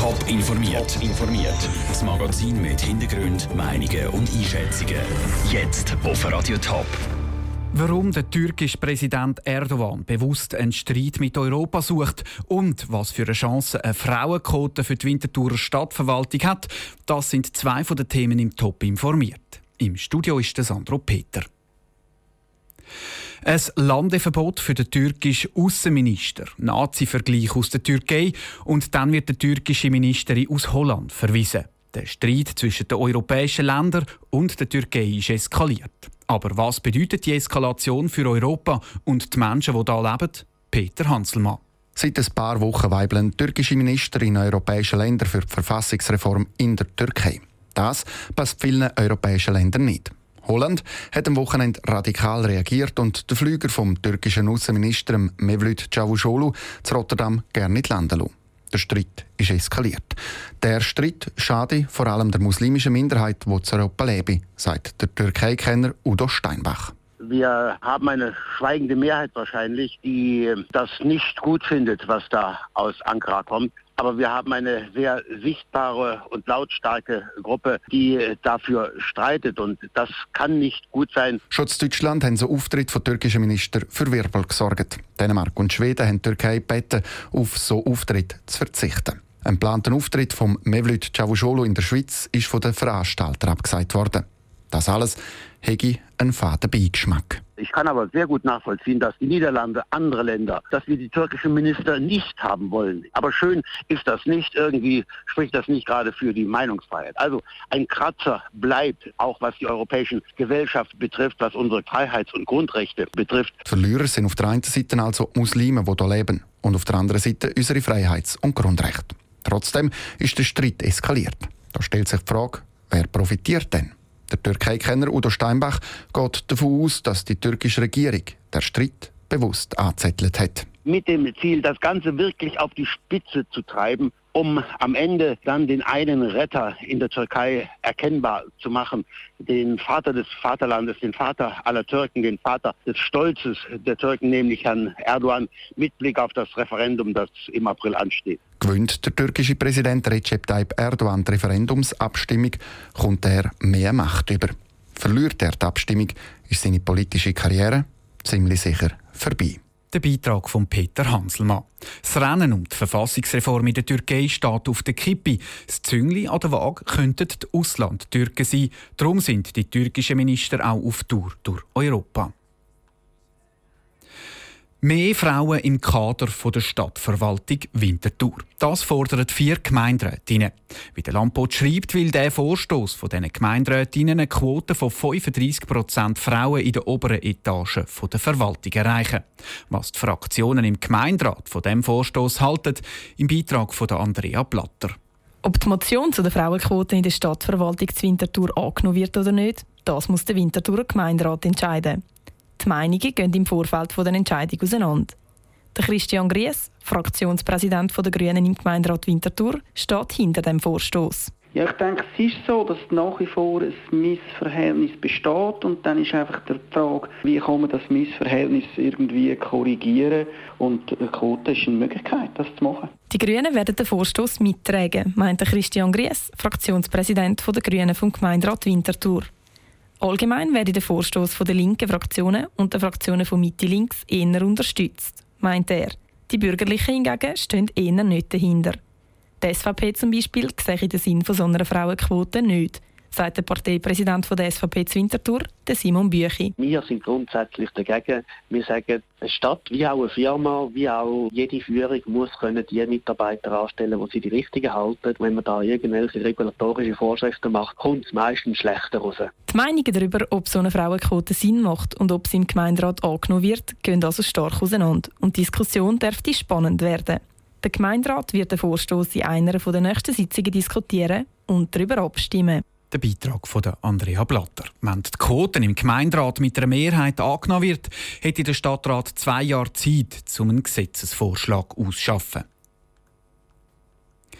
Top informiert. Das Magazin mit Hintergrund, Meinungen und Einschätzungen. Jetzt auf Radio Top. Warum der türkische Präsident Erdogan bewusst einen Streit mit Europa sucht und was für eine Chance eine Frauenquote für die Winterthurer Stadtverwaltung hat, das sind zwei von den Themen im Top informiert. Im Studio ist der Sandro Peter. Ein Landeverbot für den türkischen Außenminister, Nazi-Vergleich aus der Türkei und dann wird die türkische Ministerin aus Holland verwiesen. Der Streit zwischen den europäischen Ländern und der Türkei ist eskaliert. Aber was bedeutet die Eskalation für Europa und die Menschen, die hier leben? Peter Hanselmann. Seit ein paar Wochen weibeln türkische Minister in europäischen Ländern für die Verfassungsreform in der Türkei. Das passt vielen europäischen Ländern nicht. Holland hat am Wochenende radikal reagiert und den Flüger vom türkischen Außenminister Mevlüt Çavuşoğlu zu Rotterdam gerne nicht landen lassen. Der Streit ist eskaliert. Der Streit schade vor allem der muslimischen Minderheit, die in Europa lebe, sagt der Türkei-Kenner Udo Steinbach. Wir haben eine schweigende Mehrheit wahrscheinlich, die das nicht gut findet, was da aus Ankara kommt. Aber wir haben eine sehr sichtbare und lautstarke Gruppe, die dafür streitet. Und das kann nicht gut sein. Schon in Deutschland haben so Auftritt von türkischen Ministern für Wirbel gesorgt. Dänemark und Schweden haben die Türkei gebeten, auf so Auftritt zu verzichten. Ein geplanter Auftritt von Mevlüt Çavuşoğlu in der Schweiz ist von den Veranstaltern abgesagt worden. Das alles hätte einen faden Beigeschmack. Ich kann aber sehr gut nachvollziehen, dass die Niederlande, andere Länder, dass wir die türkischen Minister nicht haben wollen. Aber schön ist das nicht. Irgendwie spricht das nicht gerade für die Meinungsfreiheit. Also ein Kratzer bleibt, auch was die europäische Gesellschaft betrifft, was unsere Freiheits- und Grundrechte betrifft. Die Verlierer sind auf der einen Seite also Muslime, die hier leben, und auf der anderen Seite unsere Freiheits- und Grundrechte. Trotzdem ist der Streit eskaliert. Da stellt sich die Frage, wer profitiert denn? Der Türkei-Kenner Udo Steinbach geht davon aus, dass die türkische Regierung den Streit bewusst angezettelt hat. Mit dem Ziel, das Ganze wirklich auf die Spitze zu treiben, um am Ende dann den einen Retter in der Türkei erkennbar zu machen. Den Vater des Vaterlandes, den Vater aller Türken, den Vater des Stolzes der Türken, nämlich Herrn Erdogan, mit Blick auf das Referendum, das im April ansteht. Gewinnt der türkische Präsident Recep Tayyip Erdogan die Referendumsabstimmung, kommt er mehr Macht über. Verliert er die Abstimmung, ist seine politische Karriere ziemlich sicher vorbei. Der Beitrag von Peter Hanselmann. Das Rennen um die Verfassungsreform in der Türkei steht auf der Kippe. Das Züngli an der Waage könnten die Auslandtürken sein. Darum sind die türkischen Minister auch auf Tour durch Europa. Mehr Frauen im Kader der Stadtverwaltung Winterthur. Das fordern 4 Gemeinderätinnen. Wie der Landbot schreibt, will der Vorstoss von diesen Gemeinderätinnen eine Quote von 35% Frauen in der oberen Etage der Verwaltung erreichen. Was die Fraktionen im Gemeinderat von diesem Vorstoss halten, im Beitrag von Andrea Blatter. Ob die Motion zu der Frauenquote in der Stadtverwaltung zu Winterthur angenommen wird oder nicht, das muss der Winterthurer Gemeinderat entscheiden. Die Meinungen gehen im Vorfeld der Entscheidung auseinander. Der Christian Gries, Fraktionspräsident der Grünen im Gemeinderat Winterthur, steht hinter dem Vorstoss. Ja, ich denke, es ist so, dass nach wie vor ein Missverhältnis besteht und dann ist einfach die Frage, wie kann man das Missverhältnis irgendwie korrigieren, und eine Quote ist eine Möglichkeit, das zu machen. Die Grünen werden den Vorstoss mittragen, meint Christian Gries, Fraktionspräsident der Grünen vom Gemeinderat Winterthur. Allgemein werde der Vorstoss von den linken Fraktionen und den Fraktionen von Mitte-Links eher unterstützt, meint er. Die Bürgerlichen hingegen stehen eher nicht dahinter. Die SVP zum Beispiel sehe den Sinn von so einer Frauenquote nicht, sagt der Parteipräsident der SVP zu Winterthur, Simon Büchi. Wir sind grundsätzlich dagegen. Wir sagen, eine Stadt wie auch eine Firma, wie auch jede Führung muss können die Mitarbeiter anstellen, die sie die Richtigen halten. Wenn man da irgendwelche regulatorische Vorschriften macht, kommt es meistens schlechter raus. Die Meinungen darüber, ob so eine Frauenquote Sinn macht und ob sie im Gemeinderat angenommen wird, gehen also stark auseinander. Und die Diskussion dürfte spannend werden. Der Gemeinderat wird den Vorstoss in einer der nächsten Sitzungen diskutieren und darüber abstimmen. Der Beitrag von Andrea Blatter. Wenn die Quote im Gemeinderat mit einer Mehrheit angenommen wird, hätte der Stadtrat 2 Jahre Zeit, um einen Gesetzesvorschlag auszuschaffen.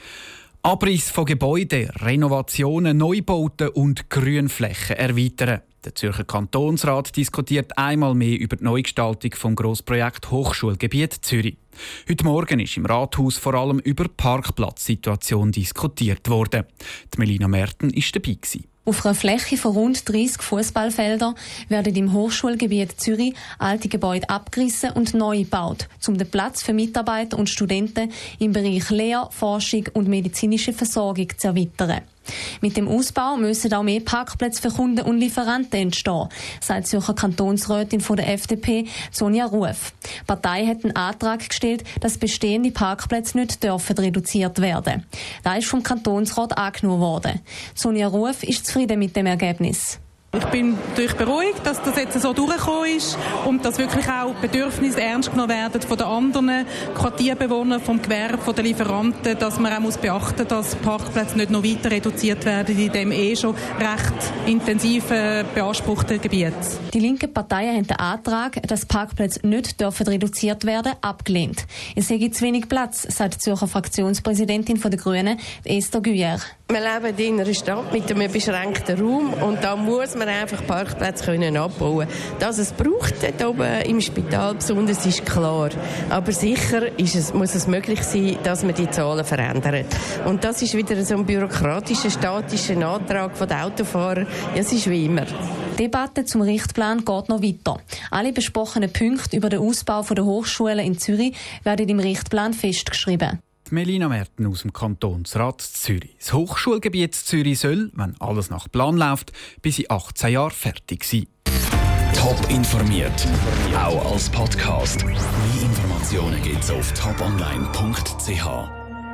Abriss von Gebäuden, Renovationen, Neubauten und Grünflächen erweitern. Der Zürcher Kantonsrat diskutiert einmal mehr über die Neugestaltung des Grossprojekts Hochschulgebiet Zürich. Heute Morgen ist im Rathaus vor allem über die Parkplatzsituation diskutiert worden. Die Melina Merten war dabei. Auf einer Fläche von rund 30 Fußballfeldern werden im Hochschulgebiet Zürich alte Gebäude abgerissen und neu gebaut, um den Platz für Mitarbeiter und Studenten im Bereich Lehre, Forschung und medizinische Versorgung zu erweitern. Mit dem Ausbau müssen auch mehr Parkplätze für Kunden und Lieferanten entstehen, sagt die Zürcher Kantonsrätin von der FDP, Sonja Ruf. Die Partei hat einen Antrag gestellt, dass bestehende Parkplätze nicht reduziert werden. Das ist vom Kantonsrat angenommen worden. Sonja Ruf ist zufrieden mit dem Ergebnis. Ich bin natürlich beruhigt, dass das jetzt so durchgekommen ist und dass wirklich auch Bedürfnisse ernst genommen werden von den anderen Quartierbewohnern, vom Gewerbe, von den Lieferanten, dass man auch muss beachten muss, dass Parkplätze nicht noch weiter reduziert werden in dem schon recht intensiv beanspruchten Gebiet. Die linken Parteien haben den Antrag, dass Parkplätze nicht reduziert werden, abgelehnt. Es sei zu wenig Platz, sagt die Zürcher Fraktionspräsidentin der Grünen, Esther Guyer. Wir leben in einer Stadt mit einem beschränkten Raum und da muss man einfach Parkplätze abbauen können. Dass es braucht dort oben im Spital besonders, ist klar. Aber sicher muss es möglich sein, dass man die Zahlen verändert. Und das ist wieder so ein bürokratischer, statischer Antrag der Autofahrer. Ja, es ist wie immer. Die Debatte zum Richtplan geht noch weiter. Alle besprochenen Punkte über den Ausbau der Hochschulen in Zürich werden im Richtplan festgeschrieben. Melina Merten aus dem Kantonsrat Zürich. Das Hochschulgebiet Zürich soll, wenn alles nach Plan läuft, bis in 18 Jahren fertig sein. Top informiert, auch als Podcast. Mehr Informationen gibt's auf toponline.ch.